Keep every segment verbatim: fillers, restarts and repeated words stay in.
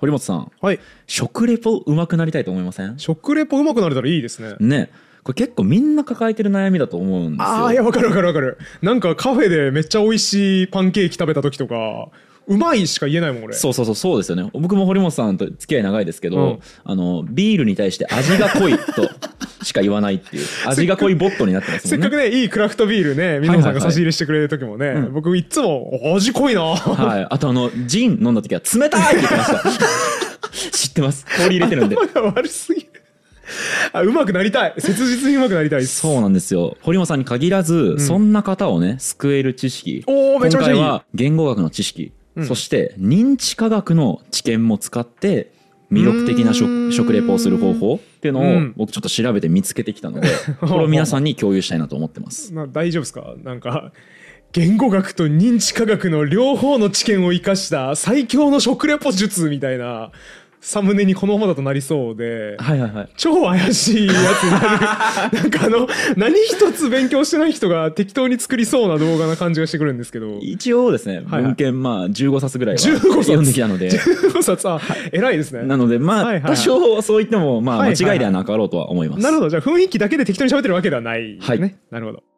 堀本さん、 はい。 食レポ上手くなりたいと思いません？ 食レポ上手くなれたらいいですね。 ね、これ結構みんな抱えてる悩みだと思うんですよ。 ああ、いや、わかるわかるわかる。なんかカフェでめっちゃ美味しいパンケーキ食べた時とか、うまいしか言えないもん俺。 そうそうそうそうですよね。僕も堀本さんと付き合い長いですけど、 うんあのビールに対して味が濃いとしか言わないっていう味が濃いボットになってますもんね。 せっかくね、いいクラフトビールね、皆さんが差し入れしてくれる時もね、 はいはいはい、 僕いつも味濃いな。 はい。あとあのジン飲んだ時は冷たいって言ってました。知ってます。氷入れてるんで。 悪すぎる。あ、うまくなりたい。切実にうまくなりたいです。 そうなんですよ。堀本さんに限らず、うん、そんな方をね救える知識。 おー、めちゃめちゃいい。 今回は言語学の知識、 うん、 そして認知科学の知見も使って魅力的な 食, 食レポをする方法っていうのを僕ちょっと調べて見つけてきたので、これを皆さんに共有したいなと思ってます。 まあ、大丈夫ですか？なんか言語学と認知科学の両方の知見を生かした最強の食レポ術みたいなサムネにこのままだとなりそうで、 はいはいはい、 超怪しいやつになる。なんかあの何一つ勉強してない人が適当に作りそうな動画な感じがしてくるんですけど、 一応ですね、はいはい、文献まあじゅうごさつぐらいは読んできたので、 じゅうごさつは偉いですね。 なのでまあ、はいはいはい、多少そう言ってもまあ間違いではなかろうとは思います。 はいはいはい、なるほど。じゃあ雰囲気だけで適当に喋ってるわけではないですね。はい、なるほど。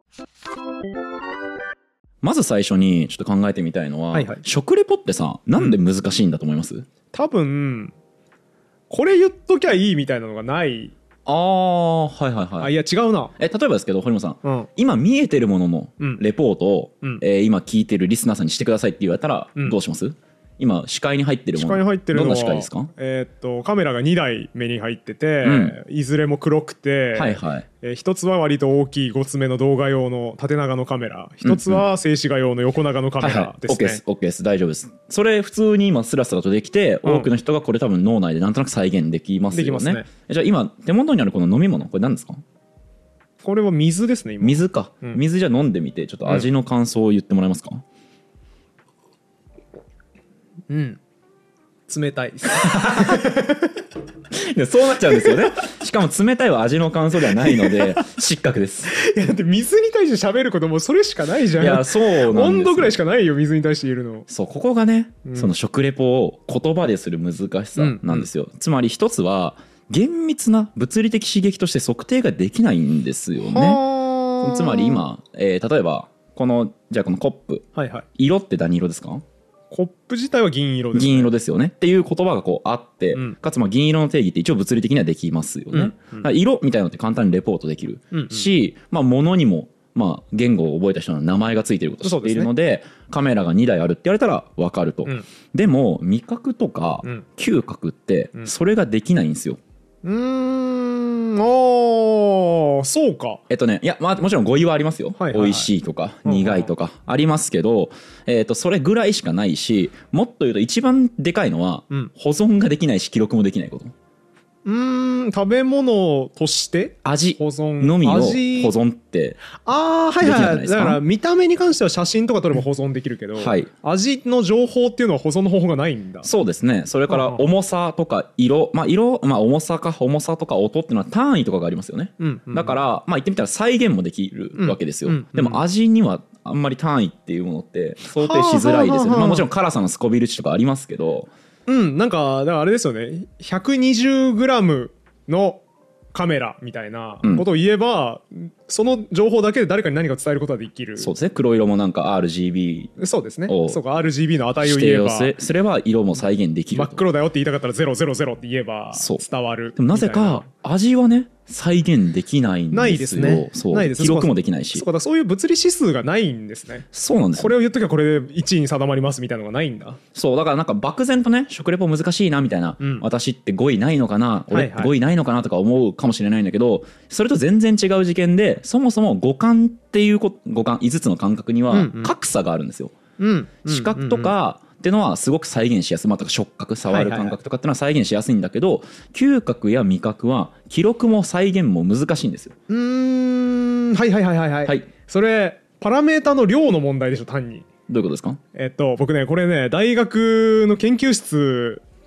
まず最初にちょっと考えてみたいのは、はいはい、食レポってさ、なんで難しいんだと思います？うん、 多分これ言っときゃいいみたいなのがない。 ああ、はいはいはい。 あ、いや違うな。 え、例えばですけど堀本さん、うん、今見えてるもののレポートを、うん、えー、今聞いてるリスナーさんにしてくださいって言われたらどうします？うん、今視界に入ってるもの、 視界に入ってるのはどんな視界ですか？ えー、っとカメラがにだい目に入ってて、うん、いずれも黒くて、はいはい、えー、一つは割と大きいごつめの動画用の縦長のカメラ、一つは静止画用の横長のカメラですね。 OK です OK です、大丈夫です。それ普通に今スラスラとできて、うん、多くの人がこれ多分脳内でなんとなく再現できますよね。できますね。じゃあ今手元にあるこの飲み物、これ何ですか？ これは水ですね。今水か、うん、水じゃ飲んでみてちょっと味の感想を言ってもらえますか？ うん、うん冷たいです。 いやそうなっちゃうんですよね。しかも冷たいは味の感想ではないので失格です。 いやだって水に対して喋ることもそれしかないじゃん。 いやそうなんです。 温度ぐらいしかないよ水に対して言えるの。 そう、ここがね、うん、その食レポを言葉でする難しさなんですよ、うんうん、つまり一つは厳密な物理的刺激として測定ができないんですよね。つまり今、えー、例えばこのじゃあこのコップ、はいはい、色って何色ですか？ コップ自体は銀色ですね。 銀色ですよねっていう言葉がこうあって、うん、かつまあ銀色の定義って一応物理的にはできますよね、うんうん、色みたいなのって簡単にレポートできる、うんうん、し、まあ、物にもまあ言語を覚えた人の名前がついていることを知っているの で, で、ね、カメラがにだいあるって言われたら分かると、うん、でも味覚とか嗅覚ってそれができないんですよ。 うーん、ああ、そうか。 えっとね、いや、まあ、もちろん語彙はありますよ、はいはいはい、美味しいとか苦いとかありますけど、えっとそれぐらいしかないし、もっと言うと一番でかいのは、うん、保存ができないし記録もできないこと。 うーん、食べ物として味保存のみを保存ってできああ、はいはい。だから見た目に関しては写真とか撮れば保存できるけど、はい、味の情報っていうのは保存の方法がないんだ。 そうですね。それから重さとか色、まあ色、まあ重さか重さとか音っていうのは単位とかがありますよね、うんうん、だからまあ言ってみたら再現もできるわけですよ、うんうんうん、でも味にはあんまり単位っていうものって想定しづらいですよね。まあもちろん辛さのスコビル値とかありますけど、 うん、なんかだからあれですよね、ひゃくにじゅうグラム のカメラみたいなことを言えば、うん、その情報だけで誰かに何か伝えることができる。 そうですね。黒色もなんか アールジービーそうですね。そうか アールジービー の値を言えば指定をすれば色も再現できる。 真っ黒だよって言いたかったらゼロゼロゼロって言えば伝わる。 でもなぜか味はね再現できないんですよ。ないですね。そう。ないです。記録もできないし。 そうか、そういう物理指数がないんですね。 そうなんですよ。 これを言っときゃこれでいちいに定まりますみたいなのがないんだ。 そうだからなんか漠然とね食レポ難しいなみたいな、うん、私って語彙ないのかな、俺って語彙ないのかなとか思うかもしれないんだけど、はいはい、それと全然違う事件でそもそも五感っていうこ五感いつつの感覚には格差があるんですよ。うんうん、視覚とかっていうのはすごく再現しやすい、まあ、触覚触る感覚とかっていうのは再現しやすいんだけど、はいはいはい、嗅覚や味覚は記録も再現も難しいんですよ。 うーん、はいはいはいはいはい、はい、それパラメータの量の問題でしょ単に。 どういうことですか？ えっと僕ねこれね大学の研究室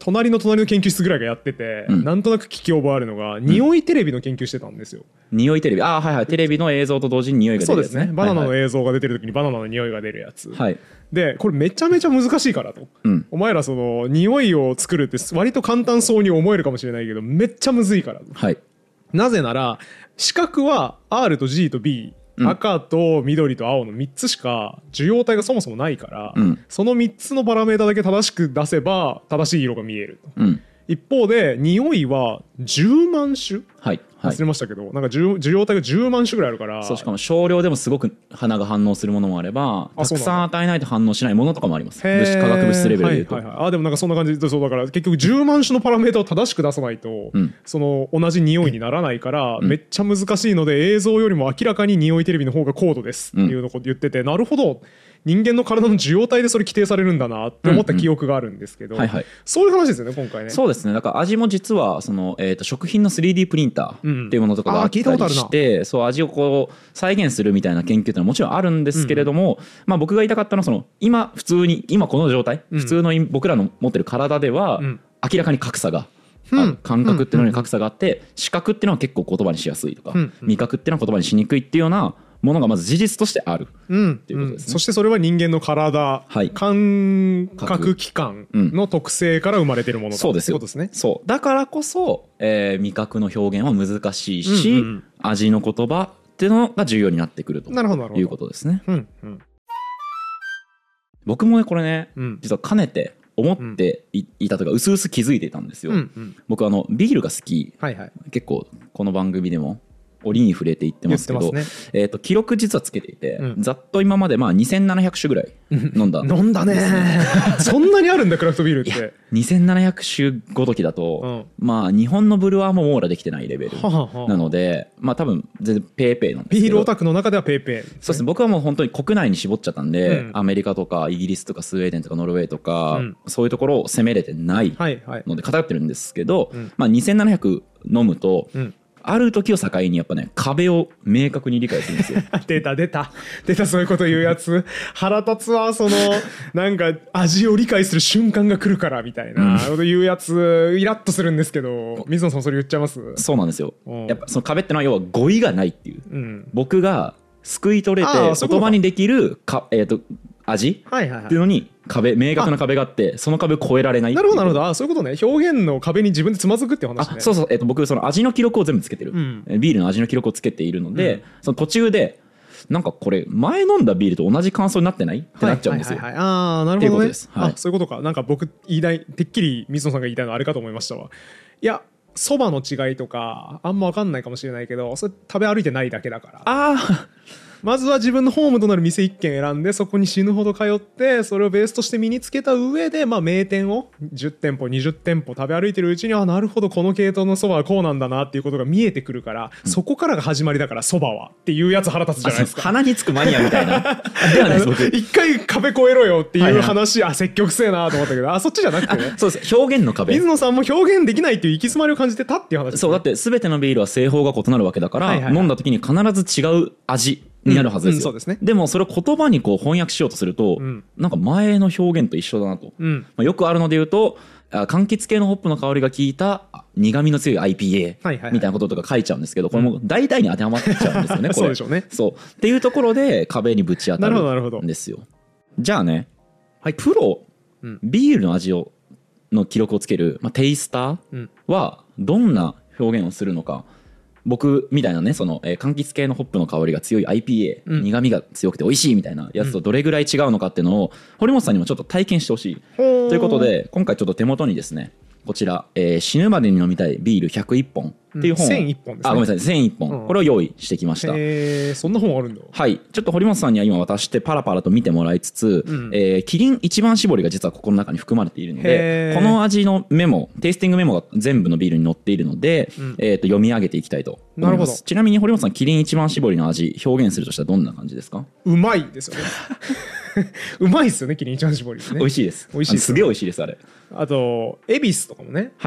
隣の隣の研究室ぐらいがやってて、うん、なんとなく聞き覚えあるのが匂いテレビの研究してたんですよ。 匂いテレビ、ああはいはい、テレビの映像と同時に匂いが出るやつね。 そうですね、バナナの映像が出てる時にバナナの匂いが出るやつ、はい、でこれめちゃめちゃ難しいからと、うん、お前らその匂いを作るって割と簡単そうに思えるかもしれないけどめっちゃむずいから、はい、なぜなら視覚は アール と ジー と ビー、うん、赤と緑と青のみっつしか受容体がそもそもないから、うん、そのみっつのパラメータだけ正しく出せば正しい色が見えると、うん、一方で匂いはじゅうまん種、はいはい、忘れましたけどなんか受容体がじゅうまん種ぐらいあるから、 そうしかも少量でもすごく鼻が反応するものもあればたくさん与えないと反応しないものとかもあります。物質化学物質レベルでいうと、はいはいはい、あでもなんかそんな感じで、そうだから結局じゅうまん種のパラメータを正しく出さないと、うん、その同じ匂いにならないから、うん、めっちゃ難しいので映像よりも明らかに匂いテレビの方が高度ですっていうのを言ってて、うん、なるほど人間の体の受容体でそれ規定されるんだなって思った記憶があるんですけど、うんうんはいはい、そういう話ですよね今回ね。 そうですね、だから味も実はその、えー、と食品の スリーディー プリンターっていうものとかがあったりして、うん、そう味をこう再現するみたいな研究っていうのはもちろんあるんですけれども、うんまあ、僕が言いたかったのはその今普通に今この状態、うん、普通の僕らの持ってる体では明らかに格差がある、感覚っていうのに格差があって、視覚っていうのは結構言葉にしやすいとか、味覚っていうのは言葉にしにくいっていうようなものがまず事実としてあるっていうことですね、うんうん、 そしてそれは人間の体、はい、感覚器官の特性から生まれてるものだ、うん、そうですよ、ってことですね。 そうだからこそ、えー、味覚の表現は難しいし、うんうん、味の言葉っていうのが重要になってくるということですね、うんうん、僕もねこれね、うん、実はかねて思っていたというかうすうす気づいていたんですよ、うんうん、僕あのビールが好き、はいはい、結構この番組でも折に触れていってますけど、ねえー、と記録実はつけていて、うん、ざっと今までまあにせんななひゃくしゅぐらい飲んだ飲んだねそんなにあるんだクラフトビールって。 にせんななひゃくしゅごときだと、うん、まあ日本のブルワーも網羅できてないレベルなので、まあ多分全然ペーペーなんですけど、 ビールオタクの中ではペーペー、ね、 そうですね、僕はもう本当に国内に絞っちゃったんで、うん、アメリカとかイギリスとかスウェーデンとかノルウェーとか、うん、そういうところを攻めれてないので偏ってるんですけど、はいはい、まあ、にせんななひゃく飲むと、うんある時を境にやっぱね壁を明確に理解するんですよ出た出た出た、そういうこと言うやつ腹立つわ。そのなんか味を理解する瞬間が来るからみたいなこと言うやつイラッとするんですけど、水野さんそれ言っちゃいます？ そうなんですよ、やっぱその壁ってのは要は語彙がないっていう、うん、僕がすくい取れて言葉にできるか、えーと味っていうのに壁、明確な壁があって、その壁を越えられない。 なるほどなるほど、あ、そういうことね。表現の壁に自分でつまずくっていう話ね。 あ、そうそう、えっと、僕その味の記録を全部つけてる、うん、ビールの味の記録をつけているので、うん、その途中でなんかこれ前飲んだビールと同じ感想になってないってなっちゃうんですよ。 はいはいはいはい、ああなるほどね。っていうことです、はい、あ、そういうことか。なんか僕言いたい、てっきり水野さんが言いたいのはあれかと思いましたわ。いやそばの違いとかあんま分かんないかもしれないけど、それ食べ歩いてないだけだから。ああまずは自分のホームとなる店いっけん選んで、そこに死ぬほど通って、それをベースとして身につけた上で、まあ、名店をじゅってんぽにじゅってんぽ食べ歩いてるうちに、あ、なるほどこの系統のそばはこうなんだなっていうことが見えてくるから、うん、そこからが始まりだからそばはっていうやつ腹立つじゃないですか。 鼻につくマニアみたいなではないです僕。 一回壁越えろよっていう話、はいはい、あ、積極性なと思ったけど、あ、そっちじゃなくてね。 そうです、表現の壁。 水野さんも表現できないっていう行き詰まりを感じてたっていう話です、ね。 そうだって全てのビールは製法が異なるわけだから、はいはいはい、飲んだ時に必ず違う味になるはずですよ、うんうん、そうですね。でもそれを言葉にこう翻訳しようとすると、うん、なんか前の表現と一緒だなと、うんまあ、よくあるので言うと柑橘系のホップの香りが効いた苦味の強い アイピーエー みたいなこととか書いちゃうんですけど、これも大体に当てはまっちゃうんですよねこれそうでしょうね。 そうっていうところで壁にぶち当たるんですよ。じゃあね、はい、プロ、うん、ビールの味をの記録をつける、まあ、テイスターはどんな表現をするのか、僕みたいなね、その、えー、柑橘系のホップの香りが強い アイピーエー、うん、苦味が強くて美味しいみたいなやつとどれぐらい違うのかっていうのを堀本さんにもちょっと体験してほしいということで、今回ちょっと手元にですねこちら、えー、死ぬまでに飲みたいビールひゃくいっぽんっていう本を、うん、せんいっぽんですね。あ、ごめんなさい、せんいっぽん、うん、これを用意してきました。 へー、そんな本あるんだ。 はい、ちょっと堀本さんには今渡してパラパラと見てもらいつつ、うん、えー、キリン一番搾りが実はここの中に含まれているので、この味のメモ、テイスティングメモが全部のビールに載っているので、うん、えー、と読み上げていきたいと思います。なるほど。ちなみに堀本さん、キリン一番搾りの味表現するとしたらどんな感じですか？ うまいですよねうまいですよね、キリン一番搾り、ね、 美味しいです。美味しいです。すげえ美味しいですあれ。 あと恵比寿とかもね、はい、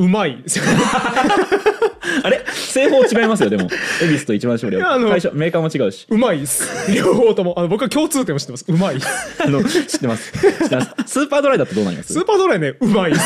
うまいあれ製法違いますよ。でも恵比寿と一番搾りは会社メーカーも違うしうまいっす両方とも。あの僕は共通点を知ってます。うまいあの知ってます知ってますスーパードライだとどうなります？ スーパードライねうまいっす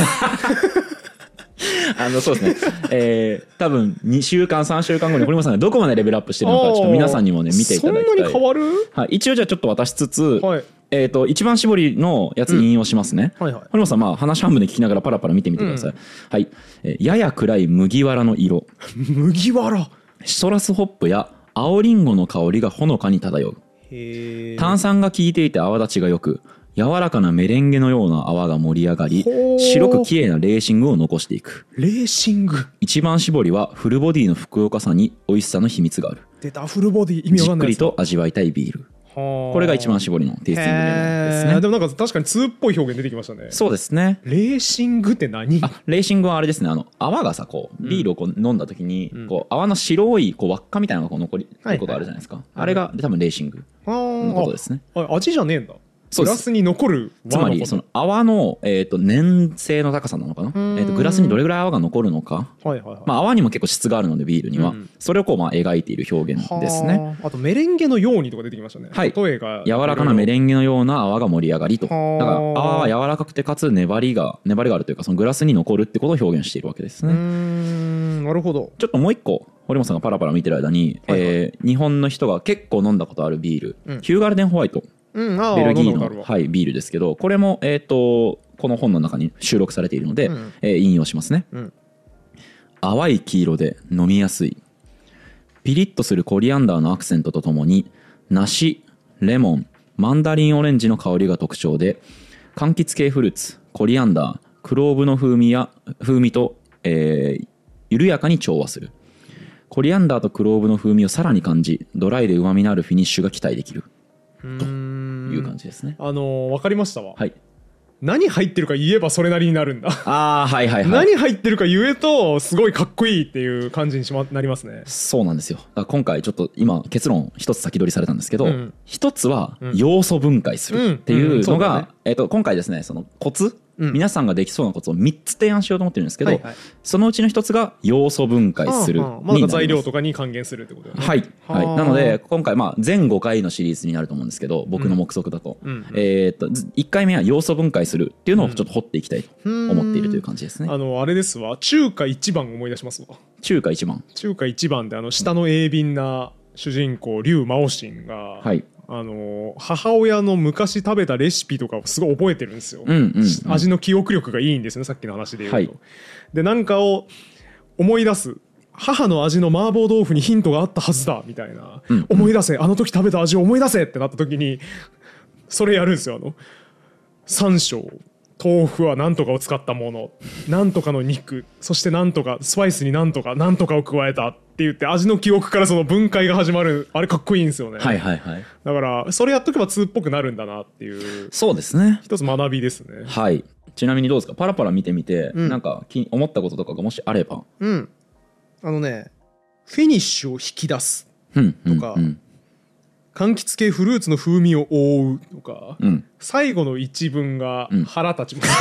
あのそうですね、えー、多分にしゅうかんさんしゅうかんごに堀本さんがどこまでレベルアップしてるのかちょっと皆さんにもね見ていただきたい。 そんなに変わる？ はい、一応じゃあちょっと渡しつつ、 はい、 えー、と一番搾りのやつ引用しますね、うん、はいはい、堀本さん、まあ、話半分で聞きながらパラパラ見てみてください、うん、はい、えー、やや暗い麦わらの色麦わらシトラスホップや青リンゴの香りがほのかに漂う。へ炭酸が効いていて泡立ちがよく柔らかなメレンゲのような泡が盛り上がり白く綺麗なレーシングを残していく。 レーシング一番搾りはフルボディのふくよかさに美味しさの秘密がある。 出たフルボディ意味わかんない。 じっくりと味わいたいビール。これが一番搾りのテイスティングメニューですね。 でもなんか確かに通っぽい表現出てきましたね。 そうですね。 レーシングって何？ あレーシングはあれですね、あの泡がさこうビールをこう飲んだ時に、うん、こう泡の白いこう輪っかみたいなのがこう残りることあるじゃないですか、はいはい、あれが多分レーシングのことですね。 あ味じゃねえんだ。グラスに残るつまりその泡の、えー、と粘性の高さなのかな、えー、とグラスにどれぐらい泡が残るのか、はいはいはい、まあ、泡にも結構質があるのでビールには、うん、それをこうまあ描いている表現ですね。 あとメレンゲのようにとか出てきましたね。 はい、例えが柔らかなメレンゲのような泡が盛り上がりと。だから泡は柔らかくてかつ粘りが粘りがあるというかそのグラスに残るってことを表現しているわけですね。うーんなるほど。 ちょっともう一個堀本さんがパラパラ見てる間に、はいはい、えー、日本の人が結構飲んだことあるビール、うん、ヒューガルデンホワイト、うん、ベルギーの、はい、ビールですけどこれも、えー、とこの本の中に収録されているので、うん、えー、引用しますね、うん、淡い黄色で飲みやすいピリッとするコリアンダーのアクセントとともに梨、レモン、マンダリンオレンジの香りが特徴で柑橘系フルーツ、コリアンダー、クローブの風味や風味と、えー、緩やかに調和する。コリアンダーとクローブの風味をさらに感じドライで旨味のあるフィニッシュが期待できるという感じですね。 あのー、分かりましたわ、 はい、 何入ってるか言えばそれなりになるんだ。 あ、はいはいはい、 何入ってるか言えとすごいかっこいいっていう感じにしまなりますね。 そうなんですよ。だから今回ちょっと今結論一つ先取りされたんですけど、うん、一つは要素分解するっていうのが、うんうんねえー、と今回ですねそのコツ、うん、皆さんができそうなコツをみっつ提案しようと思ってるんですけど、はいはい、そのうちの一つが要素分解するになります。 まあ、材料とかに還元するってことだよね。 はい、はい、なので今回まあ全ごかいのシリーズになると思うんですけど僕の目測だと、うん、えー、といっかいめは要素分解するっていうのをちょっと掘っていきたいと思っているという感じですね。 あのあれですわ、中華一番思い出しますわ。 中華一番中華一番であの下の鋭敏な主人公劉真央神が、はい、あの母親の昔食べたレシピとかをすごい覚えてるんですよ、うんうんうん、味の記憶力がいいんですね、さっきの話で言うと、はい、でなんかを思い出す、母の味の麻婆豆腐にヒントがあったはずだみたいな、うんうん、思い出せ、あの時食べた味を思い出せってなった時にそれやるんですよ。あの山椒、豆腐は何とかを使ったもの、何とかの肉、そして何とかスパイスに何とか何とかを加えたって言って味の記憶からその分解が始まる。あれかっこいいんですよね。 はいはいはい。 だからそれやっとけば通っぽくなるんだなっていう。 そうですね。 一つ学びですね。 はい。ちなみにどうですか、パラパラ見てみて、うん、なんか思ったこととかがもしあれば。 うん。あのね、フィニッシュを引き出すとか、うんうんうん、柑橘系フルーツの風味を覆うとか、うん、最後の一文が腹立ちます、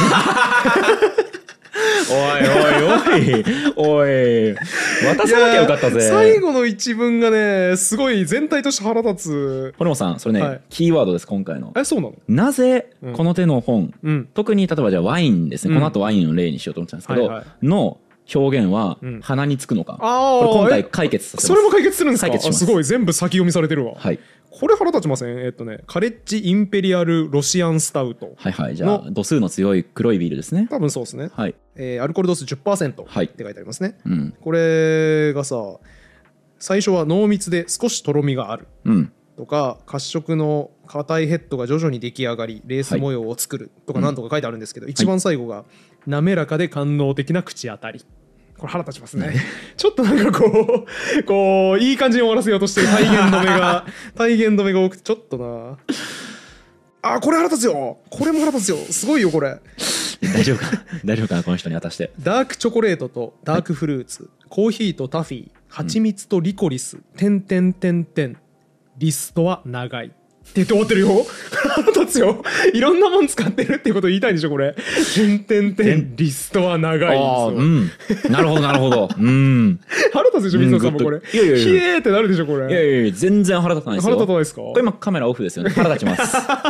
うん、おいおいおいおい渡さなきゃよかったぜ。 最後の一文がねすごい全体として腹立つ。 堀本さんそれね、はい、キーワードです今回の。 え、そうなの？ なぜこの手の本、うん、特に例えばじゃあワインですね、うん、この後ワインの例にしようと思ってたんですけど、はいはい、の表現は鼻につくのか、うん、これ今回解決させます。 それも解決するんですか？解決します。すごい全部先読みされてるわ。 はい、 これ腹立ちません？えっとねカレッジインペリアルロシアンスタウト。 はいはい、じゃあ度数の強い黒いビールですね。 多分そうですね。 はい、 えー、アルコール度数 じゅっパーセント って書いてありますね、はい、うん、これがさ最初は濃密で少しとろみがある、うん、とか褐色の硬いヘッドが徐々に出来上がりレース模様を作るとかなんとか書いてあるんですけど、はい、一番最後が滑らかで官能的な口当たり。これ腹立ちますねちょっとなんかこうこういい感じに終わらせようとしてる体言止めが体言止めが多くてちょっとなあ、これ腹立つよ、これも腹立つよ、すごいよこれ大丈夫か大丈夫かなこの人に渡して。 ダークチョコレートとダークフルーツ、はい、コーヒーとタフィー、蜂蜜とリコリス、てんてんてんてん、リストは長い。 って言って終わってるよ。腹立つよ。いろんなもん使ってるっていうことを言いたいんでしょこれ。点点点リストは長いですよ。 うん、なるほどなるほど。うん。 腹立つでしょ水野さんもこれ。いやいやいや。ひえーってなるでしょこれ。 いやいやいや全然腹立たないですよ。 腹立たないですか。これ今カメラオフですよね。腹立ちます。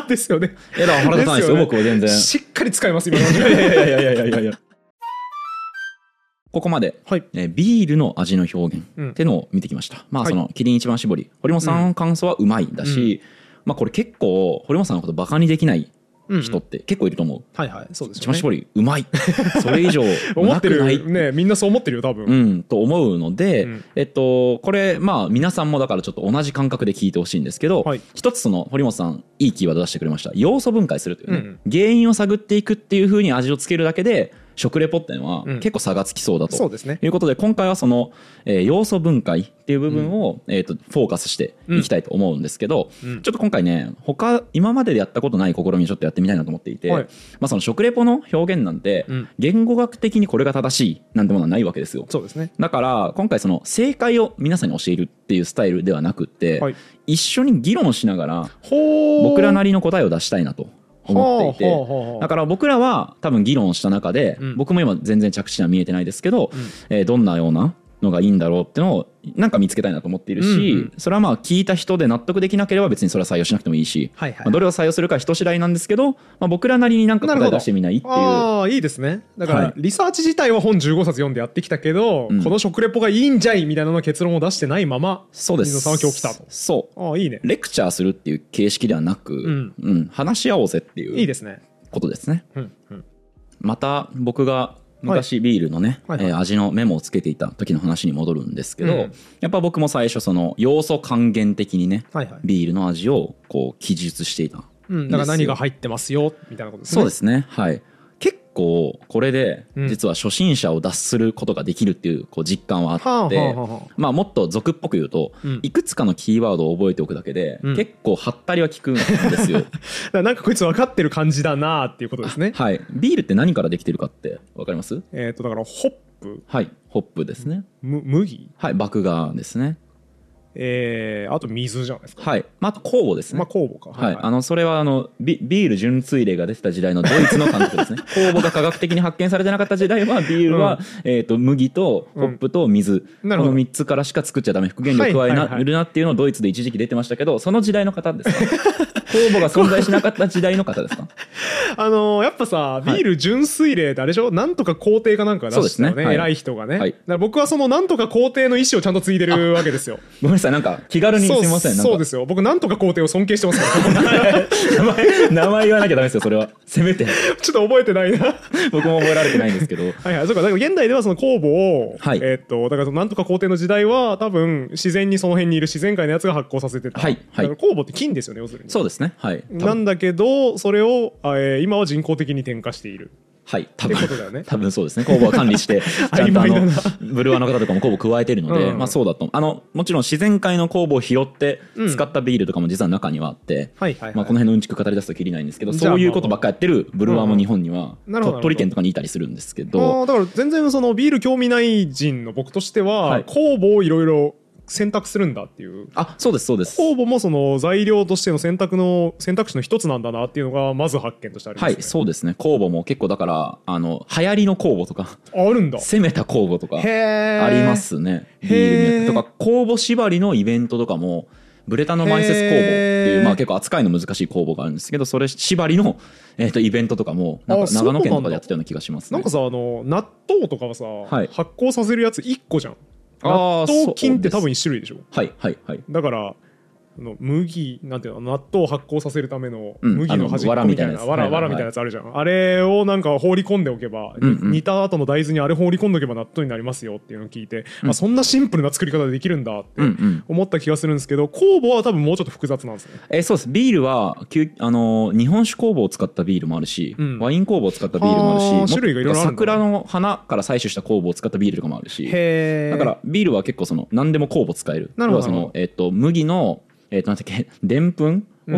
ですよね。 いやだから腹立たないですよ。僕は全然。 しっかり使います今の。 いやいやいやいやいやいやいや。ここまで、 はい、 えビールの味の表現っていうのを見てきました。うん、まあそのキリン一番搾り堀本さんの感想はうまいだし、うん、まあこれ結構堀本さんのことバカにできない人って結構いると思う。 はいはいそうですよね。一番搾りうまいそれ以上思ってるねみんなそう思ってるよ多分。 うんと思うので、うん、えっとこれまあ皆さんもだからちょっと同じ感覚で聞いてほしいんですけど、はい、一つその堀本さんいいキーワード出してくれました。要素分解するというね、うん、原因を探っていくっていう風に味をつけるだけで食レポっていうのは結構差がつきそうだと、うん、そうですね、いうことで今回はその、えー、要素分解っていう部分を、うんえー、とフォーカスしていきたいと思うんですけど、うん、ちょっと今回ね他今まででやったことない試みをちょっとやってみたいなと思っていて、はいまあ、その食レポの表現なんて、うん、言語学的にこれが正しいなんてものはないわけですよ。 そうですね。 だから今回その正解を皆さんに教えるっていうスタイルではなくって、はい、一緒に議論しながら僕らなりの答えを出したいなと思っていて、だから僕らは多分議論した中で、うん、僕も今全然着地は見えてないですけど、うんえー、どんなようなのがいいんだろうっていうのをなんか見つけたいなと思っているし、うんうん、それはまあ聞いた人で納得できなければ別にそれは採用しなくてもいいし、はいはいまあ、どれを採用するか人次第なんですけど、まあ、僕らなりになんか答え出してみないっていう。 ああいいですね。だからリサーチ自体は本じゅうごさつ読んでやってきたけど、はい、この食レポがいいんじゃいみたいなの結論を出してないままそうです。 水野さんは今日来たと。 そうあいいね。 レクチャーするっていう形式ではなく、うんうん、話し合おうぜっていういいですねことですね。うんうん、また僕が昔ビールのね、はいはいはい、えー、味のメモをつけていた時の話に戻るんですけど、うん、やっぱ僕も最初その要素還元的にね、はいはい、ビールの味をこう記述していたんですよ。 うん、だから何が入ってますよみたいなことですね。 そうですね。はい。結構これで実は初心者を脱することができるっていうこう実感はあって、うん、まあもっと俗っぽく言うと、うん、いくつかのキーワードを覚えておくだけで、うん、結構ハったりは効くんですよ。だからなんかこいつ分かってる感じだなっていうことですね。 はい。ビールって何からできてるかって分かります？ えっとだからホップ。 はい。ホップですね。 む麦？ はい。麦芽ですね。 えー、あと水じゃないですか。 はい、まあ、あと酵母ですね。 まあ酵母か。 はい、はい、あのそれはあの ビ, ビール純粋例が出てた時代のドイツの監督ですね。酵母が科学的に発見されてなかった時代はビールは、うん、えー、と麦とホップと水、うん、このみっつからしか作っちゃダメ、復元力加えな、はいはいはい、るなっていうのをドイツで一時期出てましたけど、その時代の方ですか？酵母が存在しなかった時代の方ですか？ あのー、やっぱさビール純粋例ってあれでしょ、なんとか皇帝かなんか出したよね、ねはい、偉い人がね、はい、だから僕はそのなんとか皇帝の意思をちゃんと継いでるわけですよ。 ごめんなさい、なんか気軽にすいません。 そう、そうですよ。僕なんとか皇帝を尊敬してますから名前名前言わなきゃダメですよ、それは。せめてちょっと覚えてないな。 僕も覚えられてないんですけどはいはい、そうか。だから現代ではその酵母を、はい、えー、っとだからなんとか皇帝の時代は多分自然にその辺にいる自然界のやつが発酵させてた、はいはい、だから酵母って菌ですよね、要するに。 そうですね、はい、 なんだけどそれを、えー、今は人工的に添加している。 はい、多分ってことだよね。 多分そうですね。酵母は管理してちゃんとあのブルワーの方とかも酵母加えているので、うん、まあそうだと。あのもちろん自然界の酵母を拾って使ったビールとかも実は中にはあって、うん、まあこの辺のうんちく語り出すときりないんですけど、そういうことばっかやってるブルワーも日本には鳥取県とかにいたりするんですけど、 あだから全然そのビール興味ない人の僕としては、はい、酵母をいろいろ選択するんだっていう。 あ、そうですそうです。 酵母もその材料としての選択の選択肢の一つなんだなっていうのがまず発見としてありますね。 はい、そうですね。酵母も結構だからあの流行りの酵母とかあるんだ。 攻めた酵母とかありますね。ビールにとか酵母縛りのイベントとかもブレタノマイセス酵母っていう、まあ、結構扱いの難しい酵母があるんですけど、それ縛りの、えー、とイベントとかもなんか長野県とかでやってたような気がしますね。 なんかさあの納豆とかはさ、はい、発酵させるやついっこじゃん。納豆菌って多分一種類でしょ。 はいはいはい。 だからの麦なんていうの、納豆を発酵させるための麦の端っこみたいなわらわらみたいなやつあるじゃん。あれをなんか放り込んでおけば、うんうん、煮た後の大豆にあれ放り込んでおけば納豆になりますよっていうのを聞いて、うん、あそんなシンプルな作り方でできるんだって思った気がするんですけど、酵母は多分もうちょっと複雑なんですね。 えー、そうです。ビールはあの日本酒酵母を使ったビールもあるし、うん、ワイン酵母を使ったビールもあるし、 種類がいろいろあるんだ。 桜の花から採取した酵母を使ったビールとかもあるし、 へだからビールは結構その何でも酵母使える。 なるほど。 要はその、えー、と麦のえー、となんだっけでんぷんを、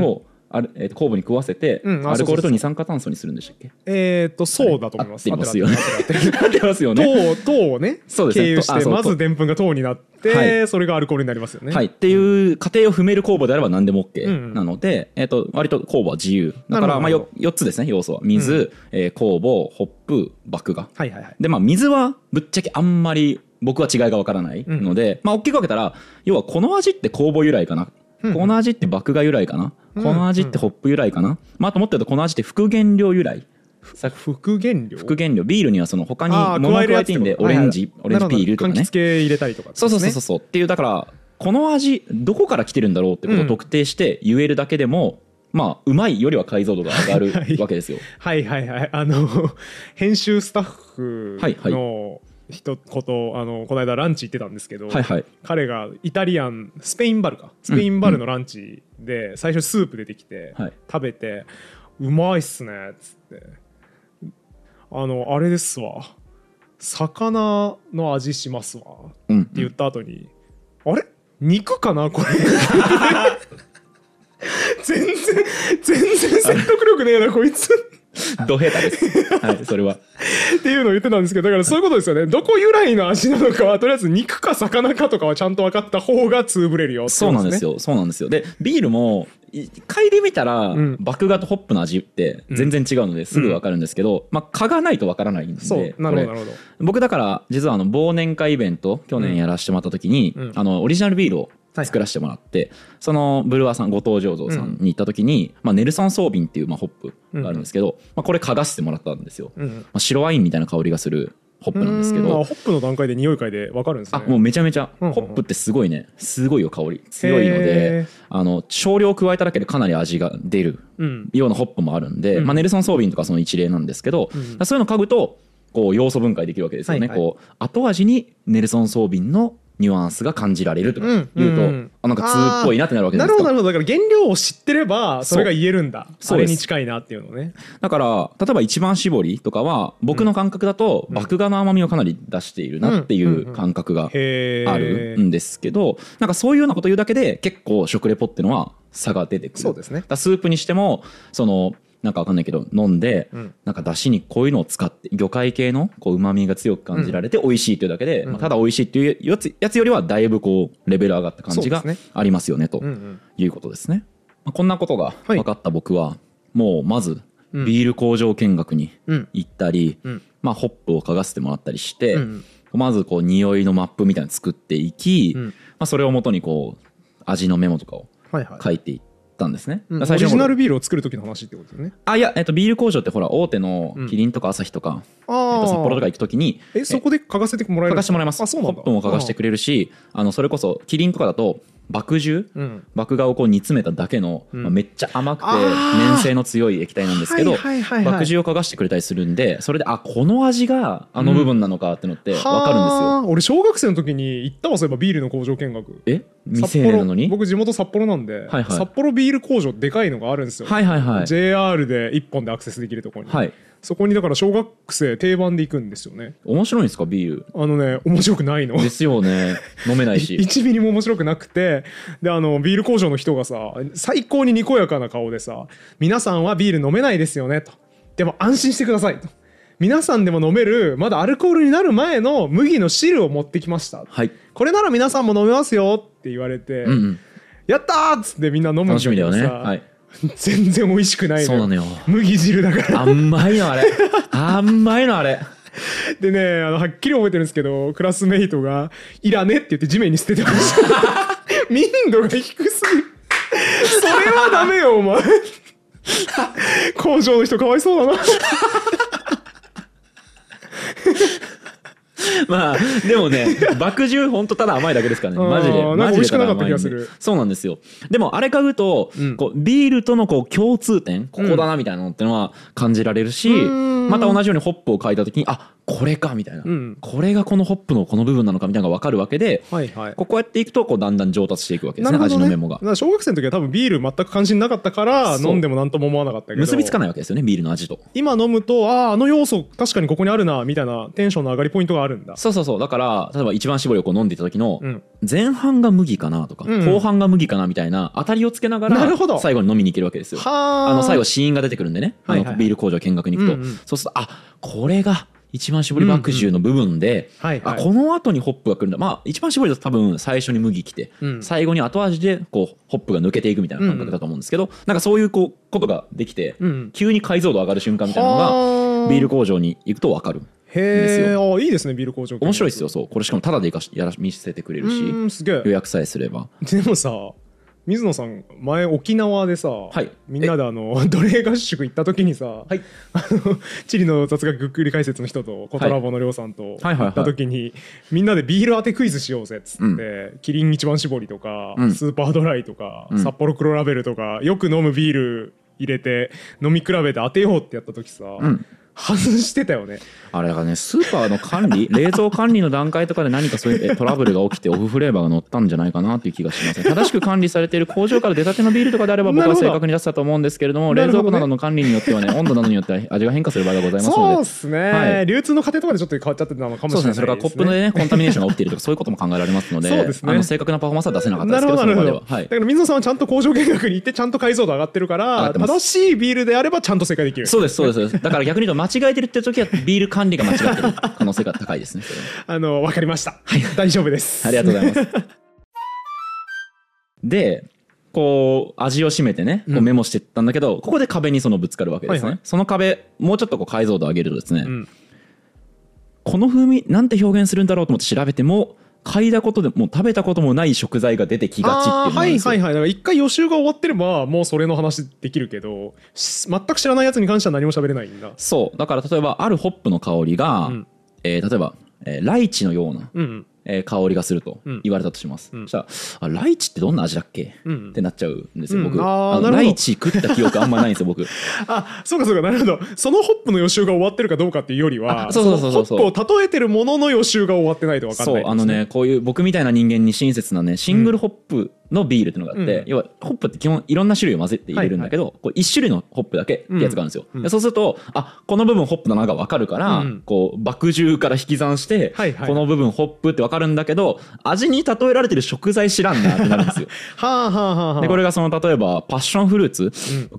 ある、えー、と酵母に食わせて、うん、アルコールと二酸化炭素にするんでしたっけ？ えっ、ー、とそうだと思います。 合ってますよね。合ってますよね。 糖糖をね、そうですね、経由してまずでんぷんが糖になって、はい、それがアルコールになりますよね。 はい、っていう過程を踏める酵母であれば何でも OK なので、うん、えー、と割と酵母は自由だから、まあ、よよっつですね要素は水、うん、えー、酵母、ホップ、麦芽、はいはいはい、でまあ水はぶっちゃけあんまり僕は違いがわからないので、うん、まあ大きく分けたら要はこの味って酵母由来かな、うん、この味って麦芽由来かな、うん、この味ってホップ由来かな、まあ、あともっと言うとこの味って副原料由来、 副原料副原料ビールにはその他に物を加えていいんでオレンジ、はいはい、オレンジピールとかね、 柑橘系入れたりとか、ね、 そうそうそうそうっていうだからこの味どこから来てるんだろうってことを特定して言えるだけでも、うん、まあうまいよりは解像度が上がるわけですよ。 はいはいはい、あの編集スタッフの、はいはい一言あのこの間ランチ行ってたんですけど、はいはい、彼がイタリアンスペインバルかスペインバルのランチで最初スープ出てきて、うん、食べてうまいっすねっつってあのあれですわ魚の味しますわって言った後に、うんうん、あれ肉かなこれ全然全然説得力ねえなこいつド下手です、はい、それはっていうのを言ってたんですけど、だからそういうことですよね。どこ由来の味なのかはとりあえず肉か魚かとかはちゃんと分かった方がつぶれるよってことですね。 そうなんですよ、そうなんですよ。でビールも嗅いでみたら、うん、麦芽とホップの味って全然違うのですぐ分かるんですけど、うん、まあ嗅がないと分からないんで、 そうなるほどなるほど。 僕だから実はあの忘年会イベント去年やらせてもらった時に、うん、あのオリジナルビールを作らせてもらって、はい、そのブルワーさん後藤醸造さんに行った時に、うんまあ、ネルソンソービンっていうまあホップがあるんですけど、うんまあ、これ嗅がせてもらったんですよ、うんまあ、白ワインみたいな香りがするホップなんですけど、 ホップの段階で匂い嗅いで分かるんですね。 あもうめちゃめちゃ、うんうん、ホップってすごいねすごいよ香り強いのであの少量加えただけでかなり味が出るようなホップもあるんで、うんまあ、ネルソンソービンとかその一例なんですけど、うん、そういうの嗅ぐとこう要素分解できるわけですよね、はいはい、こう後味にネルソンソービンのニュアンスが感じられるとか言うと、うんうん、あなんか通っぽいなってなるわけですか。 なるほどなるほど。だから原料を知ってればそれが言えるんだ。それに近いなっていうのね。 だから例えば一番搾りとかは僕の感覚だと麦芽の甘みをかなり出しているなっていう感覚があるんですけど、なんかそういうようなこと言うだけで結構食レポっていうのは差が出てくる。 そうですね。 だスープにしてもそのなんかわかんないけど飲んで、うん、なんか出汁にこういうのを使って魚介系のこう旨味が強く感じられて美味しいというだけで、うんまあ、ただ美味しいっていうやつ、やつよりはだいぶこうレベル上がった感じがありますよねということですね。まあ、こんなことが分かった僕は、はい、もうまずビール工場見学に行ったり、うんまあ、ホップを嗅がせてもらったりして、うん、まずこう匂いのマップみたいなの作っていき、うんまあ、それをもとにこう味のメモとかを書いていって、はいはいたんですね、 うん、オリジナルビールを作る時の話ってことですね。 あいや、えっと、ビール工場ってほら大手のキリンとかアサヒとか、うんえっと、札幌とか行く時にえそこで嗅がせてもらえる嗅がせてもらいます。 あそうなんだ。 ホップも嗅がせてくれるしあのそれこそキリンとかだと麦汁、うん、麦芽をこう煮詰めただけの、うんまあ、めっちゃ甘くて粘性の強い液体なんですけど、はいはいはいはい、麦汁を嗅がしてくれたりするんでそれであこの味があの部分なのかってのって分かるんですよ、うん、 俺小学生の時に行ったわそういえばビールの工場見学。 え未成年なのに僕地元札幌なんで、はいはい、札幌ビール工場でかいのがあるんですよ、 はいはいはい、 ジェイアール でいっぽんでアクセスできるところに、はい、そこにだから小学生定番で行くんですよね。 面白いんですかビール。 あのね面白くないのですよね飲めないしいちミリも面白くなくてであのビール工場の人がさ最高ににこやかな顔でさ皆さんはビール飲めないですよねとでも安心してくださいと皆さんでも飲めるまだアルコールになる前の麦の汁を持ってきました、はい、これなら皆さんも飲めますよって言われて、うんうん、やったーっつってみんな飲むんだけどさ、楽しみだよね、はい、全然美味しくないのよ。 そうなのよ麦汁だから甘いのあれ甘いのあれでねあのはっきり覚えてるんですけどクラスメイトがいらねって言って地面に捨ててました民度が低すぎるそれはダメよお前工場の人かわいそうだなまあでもね麦汁ほんとただ甘いだけですからねマジでマジで美味しくなかった気がする。 そうなんですよ。でもあれ嗅ぐと、うん、こうビールとのこう共通点ここだなみたいなのってのは感じられるし、うんまた同じようにホップを嗅いだ時にあこれかみたいな、うん、これがこのホップのこの部分なのかみたいなのが分かるわけで、はいはい、ここやっていくとこうだんだん上達していくわけですね、味のメモが。 だから小学生の時は多分ビール全く関心なかったから飲んでも何とも思わなかったけど結びつかないわけですよねビールの味と。 今飲むとあああの要素確かにここにあるなみたいなテンションの上がりポイントがあるんだ。 そうそうそう。だから例えば一番搾りをこう飲んでいた時の前半が麦かなとか、うん、後半が麦かなみたいな当たりをつけながら最後に飲みに行けるわけですよ。あの最後試飲が出てくるんでね、はいはい、あのビール工場見学に行くと、うんうん、そうするとあこれが一番搾り麦汁の部分で、うんうんはいはい、あこの後にホップが来るんだ。まあ一番搾りだと多分最初に麦来て、うん、最後に後味でこうホップが抜けていくみたいな感覚だと思うんですけど、うんうん、なんかそういうこうことができて、うん、急に解像度上がる瞬間みたいなのがビール工場に行くと分かるんですよ。 へえ、いいですねビール工場。 面白いですよ。そうこれしかもタダでいかしやら見せてくれるし、うんすげえ予約さえすれば。 でもさ水野さん前沖縄でさ、はい、みんなであの奴隷合宿行った時にさ、はい、あの地理の雑学ぐっくり解説の人とコトラボのりょうさんと行った時にみんなでビール当てクイズしようぜっつって、うん、キリン一番搾りとか、うん、スーパードライとか、うん、札幌黒ラベルとかよく飲むビール入れて飲み比べて当てようってやった時さ、うん外してたよね。 あれがねスーパーの管理冷蔵管理の段階とかで何かそういうトラブルが起きてオフフレーバーが乗ったんじゃないかなっていう気がしますね。正しく管理されている工場から出たてのビールとかであれば僕は正確に出せたと思うんですけれども冷蔵庫などの管理によってはね温度などによっては味が変化する場合がございますのでそうですね、はい、流通の過程とかでちょっと変わっちゃってたのかもしれないですね。そうですね。それからコップでねコンタミネーションが起きているとかそういうことも考えられますのでそうですね、あの正確なパフォーマンスは出せなかったですけどその場では、はい、 だから水野さんはちゃんと工場見学に行ってちゃんと解像度上がってるから正しいビールであればちゃんと正解できる。 そうですそうですだから逆に言うと間違えてるって時はビール管理が間違ってる可能性が高いですね。 あの分かりました、はい、大丈夫です。 ありがとうございますでこう味を占めてねこうメモしていったんだけど、うん、ここで壁にそのぶつかるわけですね、はいはい、その壁もうちょっとこう解像度を上げるとですね、うん、この風味なんて表現するんだろうと思って調べても嗅いだことでもう食べたこともない食材が出てきがちっていうのなんですよ。 はいはいはい。だから一回予習が終わってればもうそれの話できるけど全く知らないやつに関しては何も喋れないんだ。 そうだから例えばあるホップの香りが、うんえー、例えば、えー、ライチのような、うんうんえー、香りがすると言われたとします、うん、そしたらあライチってどんな味だっけ、うん、ってなっちゃうんですよ僕、うん、ああライチ食った記憶あんまないんですよ僕あそうかそうかなるほど。そのホップの予習が終わってるかどうかっていうよりはそうそうそうそうそうホップを例えてるものの予習が終わってないと分かんないですね。 そうあのねこういう僕みたいな人間に親切なねシングルホップのビールっていうのがあって、うん、要はホップって基本いろんな種類を混ぜて入れるんだけど、はいはい、こういち種類のホップだけってやつがあるんですよ、うん、そうするとあこの部分ホップだなが分かるから、うん、こう麦汁から引き算して、はいはい、この部分ホップって分かるんだけど味に例えられてる食材知らんなってなるんですよはあはあはあはあ。でこれがその例えばパッションフルーツ、うん、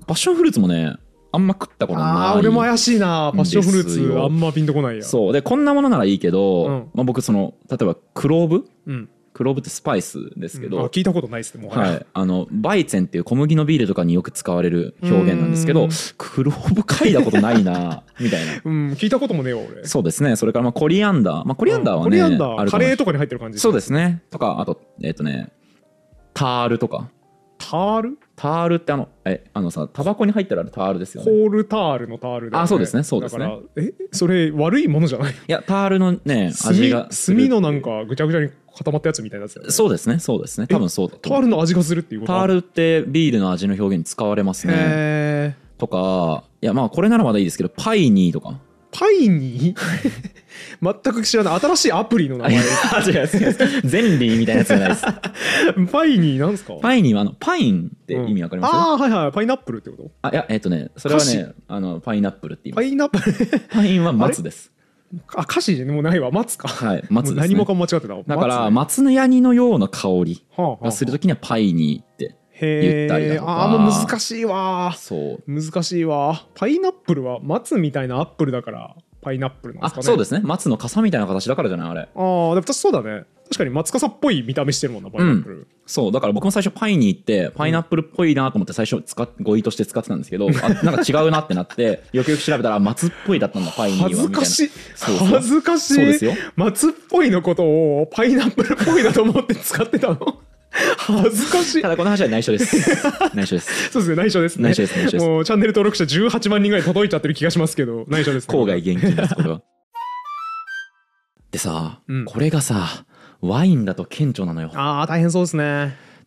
パッションフルーツもねあんま食ったことない。 あ俺も怪しいなパッションフルーツあんまピンとこないや。 そうでこんなものならいいけど、うんまあ、僕その例えばクローブ、うんクローブってスパイスですけど、うん、 あ聞いたことないですねもう、 はい、あのバイツェンっていう小麦のビールとかによく使われる表現なんですけどクローブ嗅いだことないなみたいな、 うん、聞いたこともねえよ俺。 そうですね。それからまあコリアンダー、まあ、コリアンダーはね、うん、コリアンダーカレーとかに入ってる感じです、ね、 そうですね。とかあとえっ、ー、とねタールとか。 タールタールってあのえあのさタバコに入ったらあるタールですよね。 ホールタールのタールで、ね、 あそうですねそうですね。 だからえそれ悪いものじゃない？いやタールのね味が炭のなんかぐちゃぐちゃに固まったやつみたいなやつだよね。 そうですねそうですね多分そうだとタールの味がするっていうこと。 タールってビールの味の表現に使われますね。へーとかいやまあこれならまだいいですけどパイニーとか。 パイニー全く知らない新しいアプリの名前。違う違うゼンリーみたいなやつじゃないですパイニーなんですか？ パイニーはあのパインって意味わかります？うん、 ああはいはいパイナップルってこと？ あいやえっ、ー、とねそれはねあのパイナップルって言います。 パイナップルパインは松です。 あ歌詞もうないわ松か。 はい松です、ね、 何もかも間違ってた。 だから松のヤニのような香りがするときにはパイニーって言ったりだとか。 あーもう難しいわ。そう難しいわ。パイナップルは松みたいなアップルだからパイナップルなんですかね。 あそうですね松の傘みたいな形だからじゃないあれ。ああでもそうだね確かに松傘っぽい見た目してるもんなパイナップル、うん、 そうだから僕も最初パイに行ってパイナップルっぽいなと思って最初使っ語彙として使ってたんですけどあなんか違うなってなってよくよく調べたら松っぽいだったんだパイにはみたいな。 恥ずかしい恥ずかしい。そうですよ松っぽいのことをパイナップルっぽいだと思って使ってたの恥ずかしい。 ただこの話は内緒です内緒です。 そうですね内緒ですね。 内緒です内緒です。 もうチャンネル登録者じゅうはちまんにんぐらい届いちゃってる気がしますけど内緒です、ね、 郊外厳禁ですこれはでさ、うん、これがさワインだと顕著なのよ。 あー大変そうですね。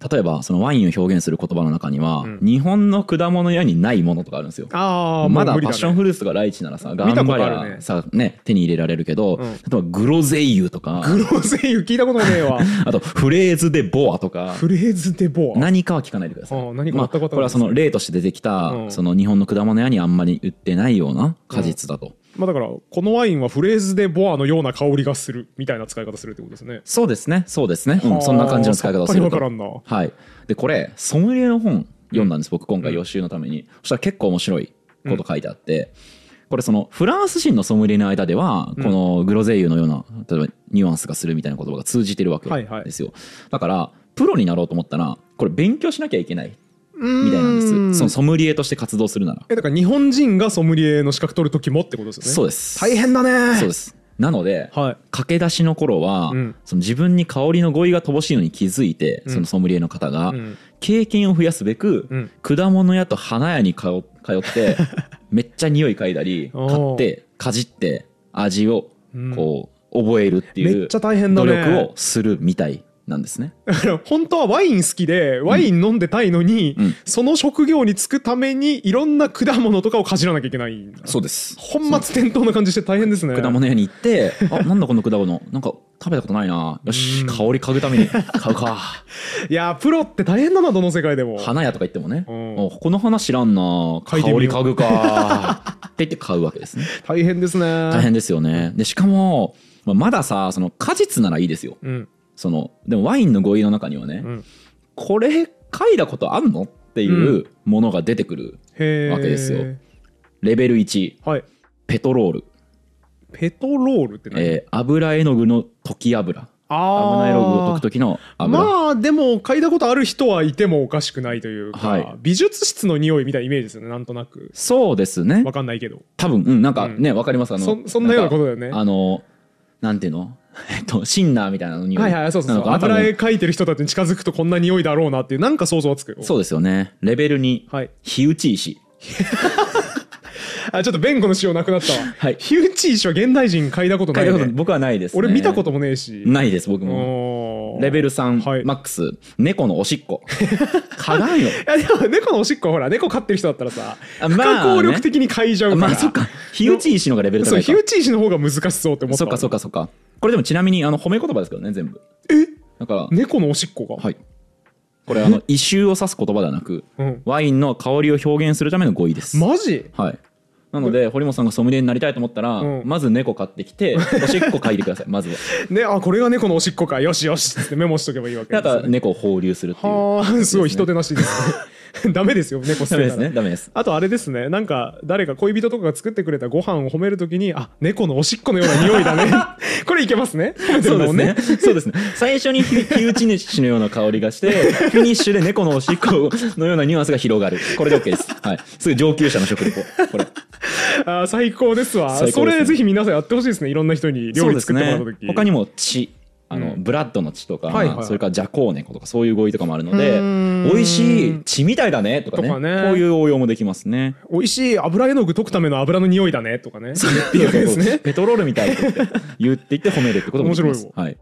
例えばそのワインを表現する言葉の中には、うん、日本の果物屋にないものとかあるんですよ。 あまだパッションフルーツがライチならさ頑張りゃさ、ね、手に入れられるけど、うん、例えばグロゼイユとかグロゼイユ聞いたことねえわあとフレーズデボアとかフレーズデボア何かは聞かないでください。 あ何かあったこと、まあ、 これはその例として出てきた、うん、その日本の果物屋にあんまり売ってないような果実だと、うんまあ、だからこのワインはフレーズでボアのような香りがするみたいな使い方するってことですね。 そうですねそうですね、うん、そんな感じの使い方をすると。 さっぱりわからんな。 はい。でこれソムリエの本読んだんです、うん、僕今回予習のために、うん、そしたら結構面白いこと書いてあって、うん、これそのフランス人のソムリエの間ではこのグロゼイユのような例えばニュアンスがするみたいな言葉が通じてるわけですよ、はいはい、だからプロになろうと思ったらこれ勉強しなきゃいけないみたいなんです。そのソムリエとして活動するなら。 えだから日本人がソムリエの資格取る時もってことですよね。 そうです。 大変だね。 そうです。なので、 はい、 駆け出しの頃は、うん、その自分に香りの語彙が乏しいのに気づいて、うん、そのソムリエの方が、うん、経験を増やすべく、うん、果物屋と花屋に通ってめっちゃ匂い嗅いだり買ってかじって味をこう、うん、覚えるっていう努力をするみたいなんですね。 だから本当はワイン好きでワイン飲んでたいのに、うん、その職業に就くためにいろんな果物とかをかじらなきゃいけない。 そうです。 本末転倒な感じして大変ですね。 果物屋に行ってあなんだこの果物なんか食べたことないなよし香り嗅ぐために買うかいやプロって大変だなどの世界でも。 花屋とか行ってもね、うん、この花知らんな香り嗅ぐかって言って買うわけですね。 大変ですね。 大変ですよね。でしかもまださその果実ならいいですよ、うんそのでもワインの語彙の中にはね、うん、これ嗅いだことあんのっていうものが出てくるわけですよ、うん、レベルいち、はい、ペトロール。 ペトロールって何？ えー、油絵の具の溶き油。油絵の具を溶く時の油。 まあでも嗅いだことある人はいてもおかしくないというか、はい、美術室の匂いみたいなイメージですよねなんとなく。 そうですね。 わかんないけど多分、うん、なんかね、うん、わかります。あのそ, そんなようなことだよね。 あのなんていうのえっと、シンナーみたいなのにはいはいそうそうそう油絵描いてる人たちに近づくとこんな匂いだろうなっていうなんか想像はつくよ。 そうですよね。レベルに、はい、火打ち石あちょっと弁護のしようなくなったわ、はい、火打ち石は現代人嗅いだことないね。嗅いだこと僕はないですね。 俺見たこともねえし。 ないです僕も。レベルさん、はい、マックス猫のおしっこ嗅がんよ。いやでも猫のおしっこはほら猫飼ってる人だったらさ不可抗力的に嗅いじゃうから、 まあそっか火打ち石のがレベル高いか。 そう火打ち石の方が難しそうって思った。 そっかそっかそっか。これでもちなみにあの褒め言葉ですけどね全部。 えだから猫のおしっこがはいこれあの異臭を指す言葉ではなく、うん、ワインの香りを表現するための語彙です。 マジ？ はい。なので堀本さんがソムリエになりたいと思ったら、うん、まず猫買ってきておしっこ嗅いでくださいまずはね。あこれが猫のおしっこかよしよしってメモしとけばいいわけです、ね、 あとは猫を放流するっていう、 はあすごい人手なしですねダメですよ猫捨てたら。 ダメですねダメです。 あとあれですねなんか誰か恋人とかが作ってくれたご飯を褒めるときにあ猫のおしっこのような匂いだねこれいけますね。 そうですねそうですね。最初に火打ち石のような香りがしてフィニッシュで猫のおしっこのようなニュアンスが広がる。これで OK です。はいすぐ上級者の食レポこれあ最高ですわ。ですね、それぜひ皆さんやってほしいですね。いろんな人に料理作ってもらった時、 ね、他にも血あの、うん、ブラッドの血とか、はいはい、それからジャコーネコとかそういう語彙とかもあるので美味しい血みたいだねとか ね, とかねこういう応用もできますね。 美味しい油絵の具溶くための油の匂いだねとかねそう言ってですねペトロールみたいって言って言って褒めるってこともできます。面白い、はい、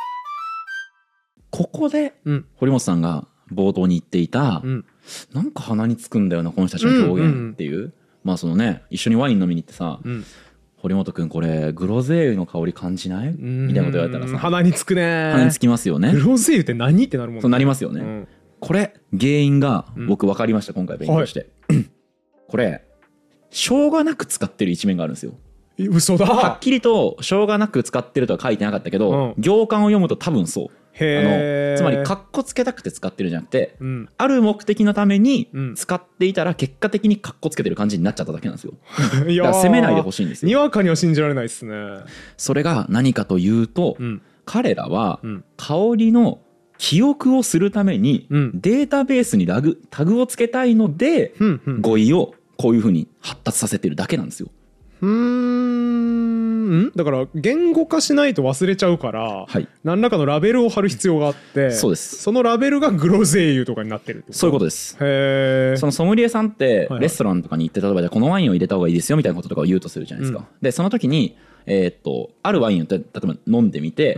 ここで、うん、堀本さんが冒頭に言っていた、うん、なんか鼻につくんだよなこの人たちの表現っていう、うんうんうん、まあそのね一緒にワイン飲みに行ってさ、うん堀本くんこれグロゼーユの香り感じないみたいなこと言われたらさ鼻につくね。 鼻につきますよね。 グロゼーユって何ってなるもんね。 そうなりますよね、うん、これ原因が僕分かりました、うん、今回勉強して、はい、これしょうがなく使ってる一面があるんですよ。 嘘だ。 はっきりとしょうがなく使ってるとは書いてなかったけど、うん、行間を読むと多分そう。 へあのつまりカッコつけたくて使ってるんじゃなくて、うん、ある目的のために使っていたら結果的にカッコつけてる感じになっちゃっただけなんですよいやだから責めないでほしいんですよ。 にわかには信じられないですね。 それが何かというと、うん、彼らは香りの記憶をするためにデータベースにラグタグをつけたいので、うんうん、語彙をこういうふうに発達させてるだけなんですよ。 うーんだから言語化しないと忘れちゃうから、はい、何らかのラベルを貼る必要があって、 そうです。 そのラベルがグロゼーユとかになってるってこと。 そういうことです。 へー。 そのソムリエさんってレストランとかに行って例えばこのワインを入れた方がいいですよみたいなこととかを言うとするじゃないですか、うん、でその時に、えー、っとあるワインを例えば飲んでみて、うん、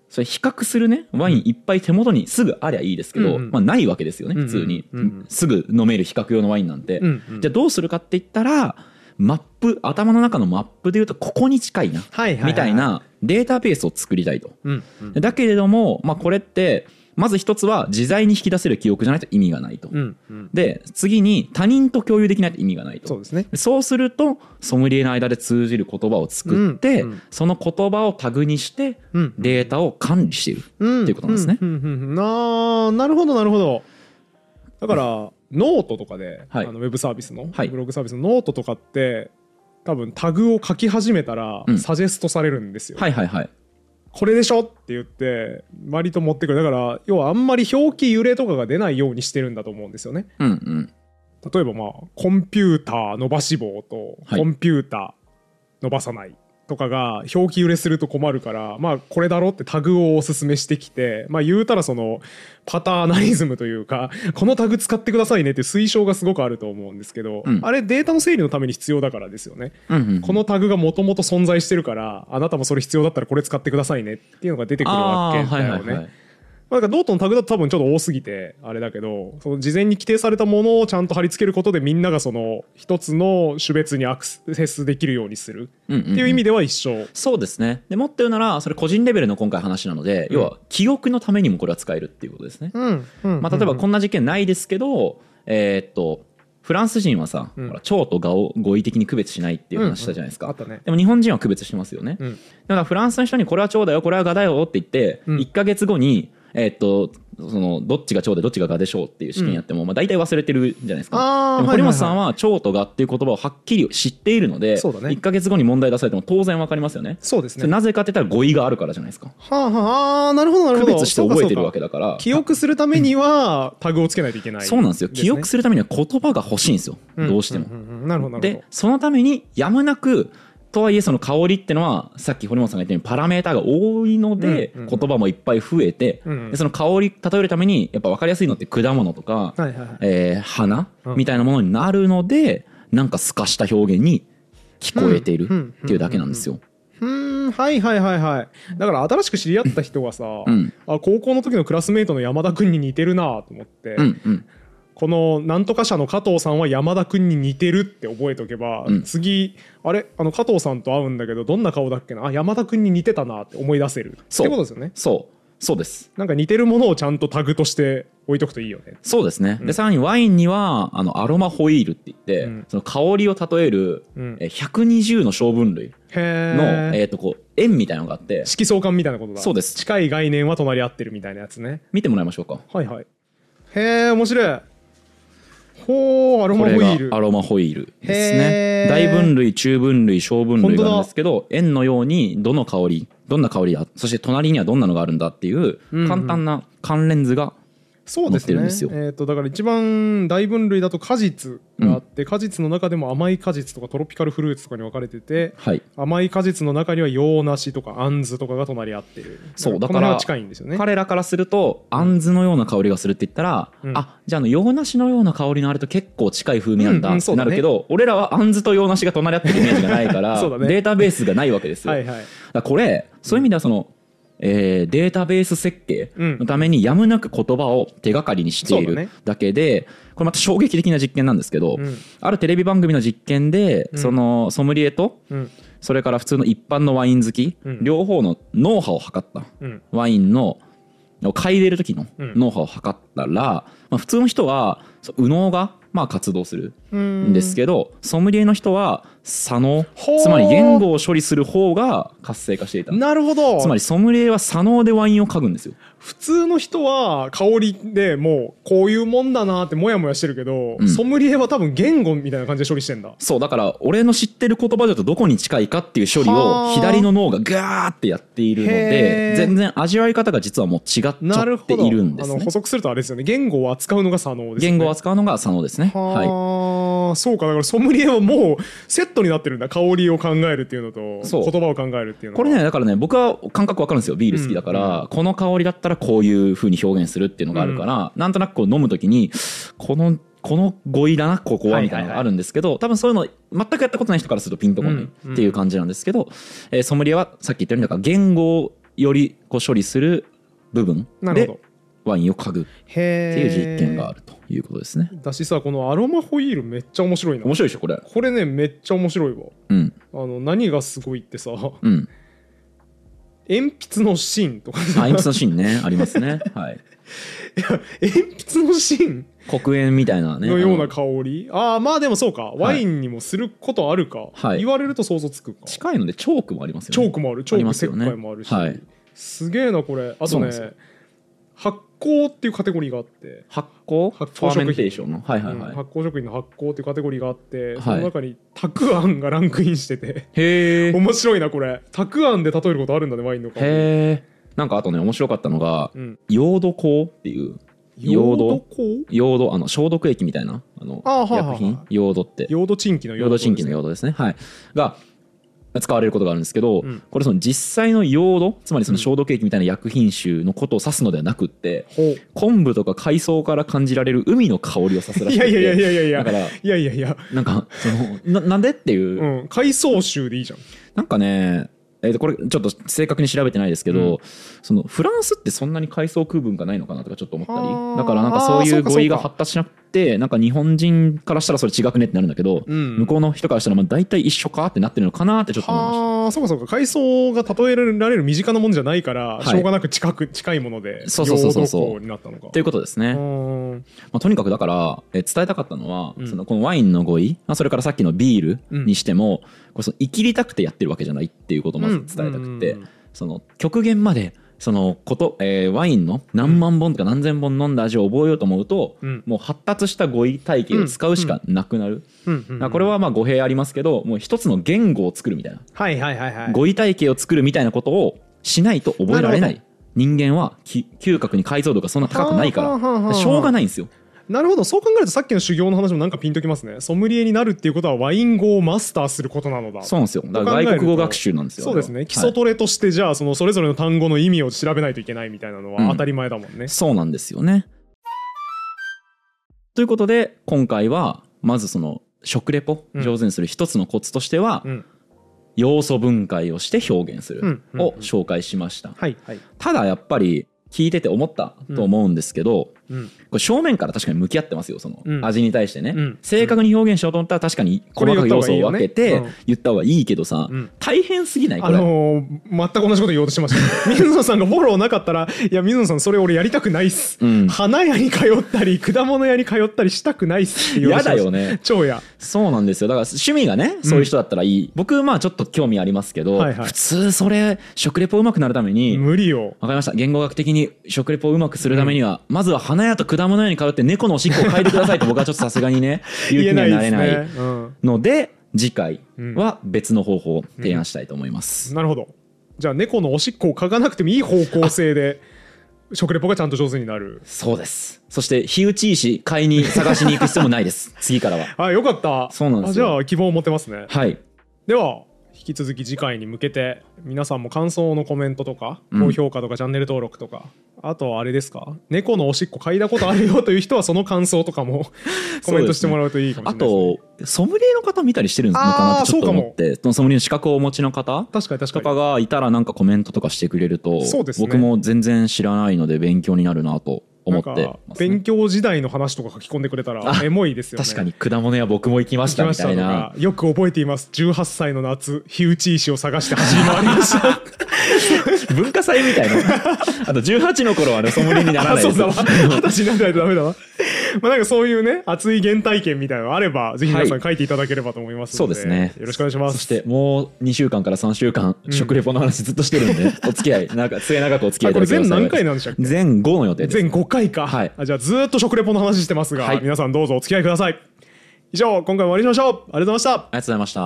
それ比較するねワインいっぱい手元にすぐありゃいいですけど、うんうん、まあ、ないわけですよね普通に、うんうん、すぐ飲める比較用のワインなんて、うんうん、じゃあどうするかって言ったらマップ頭の中のマップでいうとここに近いな、はいはいはい、みたいなデータベースを作りたいと、うんうん、だけれども、まあ、これってまず一つは自在に引き出せる記憶じゃないと意味がないと、うんうん、で次に他人と共有できないと意味がないと。 そうですね。 そうするとソムリエの間で通じる言葉を作って、うんうん、その言葉をタグにしてデータを管理しているっていうことなんですね。 ななるほどなるほど。だからノートとかで、はい、あのウェブサービスの、はい、ブログサービスのノートとかって多分タグを書き始めたらサジェストされるんですよ、 うん、はいはいはい。 これでしょって言って割と持ってくる。だから要はあんまり表記揺れとかが出ないようにしてるんだと思うんですよね、うんうん、例えばまあコンピューター伸ばし棒とコンピューター伸ばさないとかが表記揺れすると困るから、まあこれだろってタグをおすすめしてきて、まあ言うたらそのパターナリズムというかこのタグ使ってくださいねって推奨がすごくあると思うんですけど、うん、あれデータの整理のために必要だからですよね、うんうんうん、このタグがもともと存在してるからあなたもそれ必要だったらこれ使ってくださいねっていうのが出てくるわけだよね、はいはいはい。なんかノートのタグだと多分ちょっと多すぎてあれだけど、その事前に規定されたものをちゃんと貼り付けることでみんながその一つの種別にアクセスできるようにするっていう意味では一緒、うんうんうん、 そうですね。でもっと言うならそれ個人レベルの今回話なので、うん、要は記憶のためにもこれは使えるっていうことですね、うんうん、まあ、例えばこんな実験ないですけど、えー、っとフランス人はさ、うん、ほら腸と蛾を語彙的に区別しないっていう話したじゃないですか、うんうんね、でも日本人は区別してますよね、うん、だからフランスの人にこれは腸だよこれは蛾だよって言って、うん、いっかげつごにえー、っとそのどっちが腸でどっちが蛾でしょうっていう試験やっても、うん、まあ、大体忘れてるじゃないですか。でも堀本さんは腸と蛾っていう言葉をはっきり知っているので、ね、いっかげつごに問題出されても当然わかりますよね。 そうですね。 なぜかって言ったら語彙があるからじゃないですか。 はあはあ、なるほどなるほど。 区別して覚えてるわけだから。 記憶するためにはタグをつけないといけない、ね、 そうなんですよ。記憶するためには言葉が欲しいんですよ、うん、どうしても、うんうんうん、なるほどなるほど。でそのためにやむなくとはいえその香りってのはさっき堀本さんが言ったようにパラメーターが多いので言葉もいっぱい増えて、でその香り例えるためにやっぱ分かりやすいのって果物とかえ花みたいなものになるので、なんか透かした表現に聞こえているっていうだけなんですよ。 うんはいはいはいはい。だから新しく知り合った人がさ、うん、あ高校の時のクラスメートの山田君に似てるなと思って、うんうん、このなんとか社の加藤さんは山田君に似てるって覚えておけば、うん、次あれあの加藤さんと会うんだけどどんな顔だっけな、あ山田君に似てたなって思い出せるってことですよね。 そうそうです。なんか似てるものをちゃんとタグとして置いとくといいよね。 そうですね、うん、でさらにワインにはあのアロマホイールって言って、うん、その香りを例える、うん、ひゃくにじゅうの小分類の、えー、とこう円みたいなのがあって、 色相関みたいなことだ。 そうです。 近い概念は隣り合ってるみたいなやつね。 見てもらいましょうか。 はいはい。へえ面白い。ほーアロマホイール。 これがアロマホイールですね。大分類中分類小分類があるんですけど、円のようにどの香りどんな香りだ、そして隣にはどんなのがあるんだっていう簡単な関連図が載ってるんですよ。 そうですね。えーとだから一番大分類だと果実があって、うん、果実の中でも甘い果実とかトロピカルフルーツとかに分かれてて、はい、甘い果実の中には洋梨とかあんずとかが隣り合ってる。 そうだから近いんですよね。 彼らからするとあんずのような香りがするって言ったら、うん、あじゃああの洋梨のような香りのあれと結構近い風味なんだってなるけど、うんうんね、俺らはあんずと洋梨が隣り合ってるイメージがないから、ね、データベースがないわけですよ。はい、はい、だからこれそういう意味ではその、えー、データベース設計のためにやむなく言葉を手がかりにしているだけで、これまた衝撃的な実験なんですけど、うん、あるテレビ番組の実験で、うん、そのソムリエと、うん、それから普通の一般のワイン好き、うん、両方の脳波を測った、うん、ワインの嗅いでる時の脳波を測ったら、まあ、普通の人は右脳がまあ活動するんですけど、ソムリエの人は左脳、つまり言語を処理する方が活性化していた。 なるほど。 つまりソムリエは左脳でワインを嗅ぐんですよ。 普通の人は香りでもうこういうもんだなってモヤモヤしてるけど、うん、ソムリエは多分言語みたいな感じで処理してんだ。 そうだから俺の知ってる言葉だとどこに近いかっていう処理を左の脳がガーってやっているので、全然味わい方が実はもう違っちゃっているんですね。 あの補足するとあれですよね、言語を扱うのが左脳ですね。 言語を扱うのが左脳ですね。はい、そうか。だからソムリエはもうセットになってるんだ。香りを考えるっていうのと言葉を考えるっていうの。 これねだからね僕は感覚わかるんですよ。ビール好きだから、うんうん、この香りだったらこういう風に表現するっていうのがあるから、うん、なんとなくこう飲むときにこのこの語彙だなここはみたいなのがあるんですけど、はいはいはい、多分そういうの全くやったことない人からするとピンとこないっていう感じなんですけど、うんうん、えー、ソムリエはさっき言ったようにだから言語よりこう処理する部分でワインを嗅ぐっていう実験があるということですね。 だしさ、このアロマホイールめっちゃ面白いな。 面白いでしょこれ。 これねめっちゃ面白いわ。 うん、 あの何がすごいってさ、 うん、 鉛筆の芯とかさ、あ、鉛筆の芯ねありますね。はい。 いや鉛筆の芯黒鉛みたいなねのような香り。ああまあでもそうか、ワインにもすることあるか、はい、言われると想像つくか。 近いのでチョークもありますよね。 チョークもある、チョーク石灰もあるし、はい、すげえなこれ。あとね発酵っていうカテゴリーがあって、 発酵発酵食品の、はいはいはい、うん、 発酵食品の発酵っていうカテゴリーがあって、はい、その中にたくあんがランクインしてて、へー面白いなこれ。たくあんで例えることあるんだねワインの香り。へーなんかあとね面白かったのが、うん、ヨード香っていうヨードヨードあの消毒液みたいなあのあ薬品、ははヨードってヨードチンキのヨードチンキのヨードですね、はい、が使われることがあるんですけど、うん、これその実際のヨードつまりその消毒液みたいな薬品種のことを指すのではなくって、うん、昆布とか海藻から感じられる海の香りを指すらしくて、 いやいやいやいやいやだからいやいやいやなんかその な, なんでっていう、 うん、海藻臭でいいじゃん。 なんかねえー、とこれちょっと正確に調べてないですけど、うん、そのフランスってそんなに海藻食う文化ないのかなとかちょっと思ったり、だからなんかそういう語彙が発達しなくて、なんか日本人からしたらそれ違くねってなるんだけど、うん、向こうの人からしたらまあ大体一緒かってなってるのかなってちょっと思いました。 あそうかそうか、海藻が例えられる身近なもんじゃないから、はい、しょうがなく近く近いものでそうそうそうそうそうになったのかということですね。まあ、とにかくだからえ伝えたかったのは、うん、そのこのワインの語彙、まあ、それからさっきのビールにしても、うん、これその生きりたくてやってるわけじゃないっていうことをまず伝えたくて、うんうんうん、その極限までそのこと、えー、ワインの何万本とか何千本飲んだ味を覚えようと思うと、うん、もう発達した語彙体系を使うしかなくなる。これはまあ語弊ありますけど、もう一つの言語を作るみたいな、 はいはいはいはい、 語彙体系を作るみたいなことをしないと覚えられない。人間は嗅覚に解像度がそんな高くないからしょうがないんですよ。 なるほど、そう考えるとさっきの修行の話もなんかピンときますね。ソムリエになるっていうことはワイン語をマスターすることなのだ。 そうなんですよ。だから外国語学習なんですよ。 そうですね。基礎トレとしてじゃあそのそれぞれの単語の意味を調べないといけないみたいなのは当たり前だもんね。うん、 そうなんですよね。ということで今回はまずその食レポ上手にする一つのコツとしては、うん、要素分解をして表現するを紹介しました。ただやっぱり聞いてて思ったと思うんですけど、うん、これ正面から確かに向き合ってますよ、その味に対してね、うん、正確に表現しようと思ったら確かに細かく要素を分けて言った方がいいけどさ、うん、大変すぎないこれ。 あのー、全く同じこと言おうとしてました水野さんがフォローなかったらいや水野さんそれ俺やりたくないっす、うん、花屋に通ったり果物屋に通ったりしたくないっすって言おうとしてました。 嫌だよね。 超嫌。 そうなんですよ。だから趣味がねそういう人だったらいい、うん、僕まあちょっと興味ありますけど、はいはい、普通それ食レポうまくなるために無理よ。 わかりました。言語学的に食レポをうまくするためには、うん、まずは花屋と果物屋に通って猫のおしっこを嗅いでくださいと僕はちょっとさすがにね勇気にはなれないので、次回は別の方法を提案したいと思います、 うんうん、なるほど。じゃあ猫のおしっこを嗅がなくてもいい方向性で食レポがちゃんと上手になる。 そうです。そして火打ち石買いに探しに行く必要もないです次からは。 あ、よかった。 そうなんですよ。 あ、じゃあ希望を持てますね。 はい。 では引き続き次回に向けて皆さんも感想のコメントとか高評価とかチャンネル登録とか、うん、あとあれですか、猫のおしっこ嗅いだことあるよという人はその感想とかもコメントしてもらうといいかもしれないですね。 あとソムリエの方見たりしてるのかなってちょっと思って、そのソムリエの資格をお持ちの方確かに確かにとかがいたらなんかコメントとかしてくれると、そうですね、僕も全然知らないので勉強になるなと思ってますね。 勉強時代の話とか書き込んでくれたらエモいですよね。 確かに果物屋僕も行きましたみたいな。 よく覚えています。じゅうはっさいの夏火打ち石を探して走り回りました文化祭みたいな。あとじゅうはちの頃はねソムリエにならないです。 そうだわ、はたちにならないとダメだわまあなんかそういうね熱い原体験みたいなのがあればぜひ皆さん書いていただければと思いますので、はい、そうですね、よろしくお願いします。 そしてもうにしゅうかんからさんしゅうかん、うん、食レポの話ずっとしてるんでお付き合いなんか末永くお付き合いいただきます。 これ全何回なんでしたっけ。 全ごの予定です。 全ごかいか、はい、あじゃあずっと食レポの話してますが、はい、皆さんどうぞお付き合いください。以上今回も終わりにしましょう。ありがとうございました。ありがとうございました。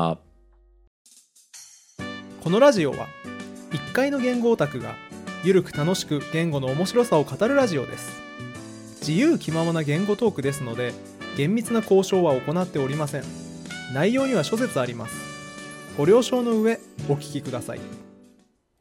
このラジオはいっかいの言語オタクがゆるく楽しく言語の面白さを語るラジオです。自由気ままな言語トークですので厳密な交渉は行っておりません。内容には諸説あります。ご了承の上お聞きください。